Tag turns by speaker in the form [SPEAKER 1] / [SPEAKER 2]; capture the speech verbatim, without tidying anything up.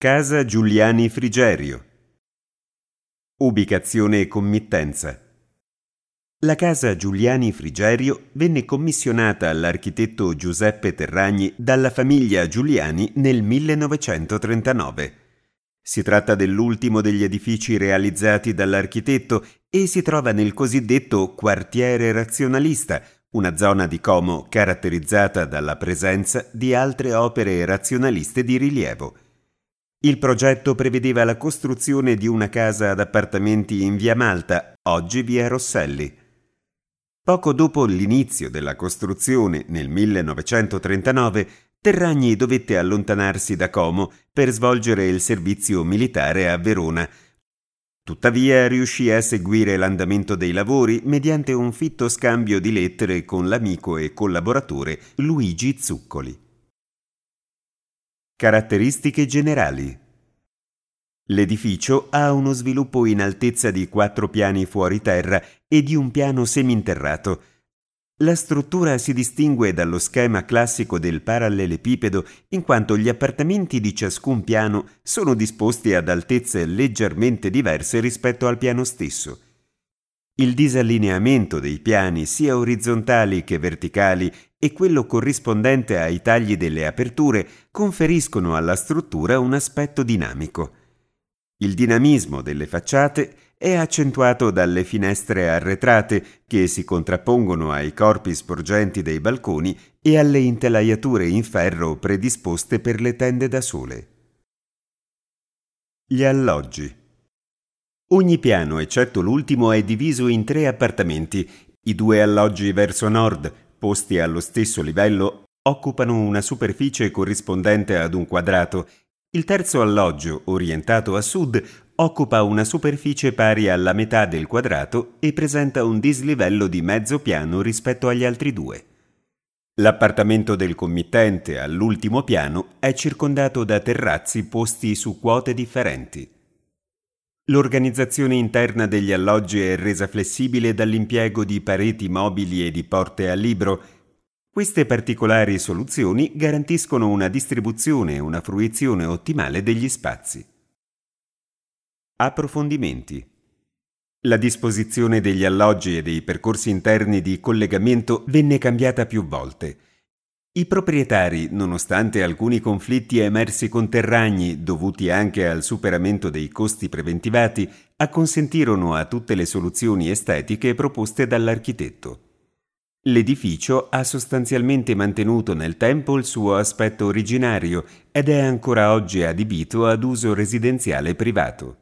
[SPEAKER 1] Casa Giuliani Frigerio. Ubicazione e committenza. La casa Giuliani Frigerio venne commissionata all'architetto Giuseppe Terragni dalla famiglia Giuliani nel millenovecentotrentanove. Si tratta dell'ultimo degli edifici realizzati dall'architetto e si trova nel cosiddetto quartiere razionalista, una zona di Como caratterizzata dalla presenza di altre opere razionaliste di rilievo. Il progetto prevedeva la costruzione di una casa ad appartamenti in via Malta, oggi via Rosselli. Poco dopo l'inizio della costruzione, nel millenovecentotrentanove, Terragni dovette allontanarsi da Como per svolgere il servizio militare a Verona. Tuttavia riuscì a seguire l'andamento dei lavori mediante un fitto scambio di lettere con l'amico e collaboratore Luigi Zuccoli. Caratteristiche generali. L'edificio ha uno sviluppo in altezza di quattro piani fuori terra e di un piano seminterrato. La struttura si distingue dallo schema classico del parallelepipedo in quanto gli appartamenti di ciascun piano sono disposti ad altezze leggermente diverse rispetto al piano stesso. Il disallineamento dei piani, sia orizzontali che verticali, e quello corrispondente ai tagli delle aperture conferiscono alla struttura un aspetto dinamico. Il dinamismo delle facciate è accentuato dalle finestre arretrate che si contrappongono ai corpi sporgenti dei balconi e alle intelaiature in ferro predisposte per le tende da sole. Gli alloggi. Ogni piano, eccetto l'ultimo, è diviso in tre appartamenti. I due alloggi verso nord, posti allo stesso livello, occupano una superficie corrispondente ad un quadrato. Il terzo alloggio, orientato a sud, occupa una superficie pari alla metà del quadrato e presenta un dislivello di mezzo piano rispetto agli altri due. L'appartamento del committente, all'ultimo piano, è circondato da terrazzi posti su quote differenti. L'organizzazione interna degli alloggi è resa flessibile dall'impiego di pareti mobili e di porte a libro. Queste particolari soluzioni garantiscono una distribuzione e una fruizione ottimale degli spazi. Approfondimenti. La disposizione degli alloggi e dei percorsi interni di collegamento venne cambiata più volte. I proprietari, nonostante alcuni conflitti emersi con Terragni, dovuti anche al superamento dei costi preventivati, acconsentirono a tutte le soluzioni estetiche proposte dall'architetto. L'edificio ha sostanzialmente mantenuto nel tempo il suo aspetto originario ed è ancora oggi adibito ad uso residenziale privato.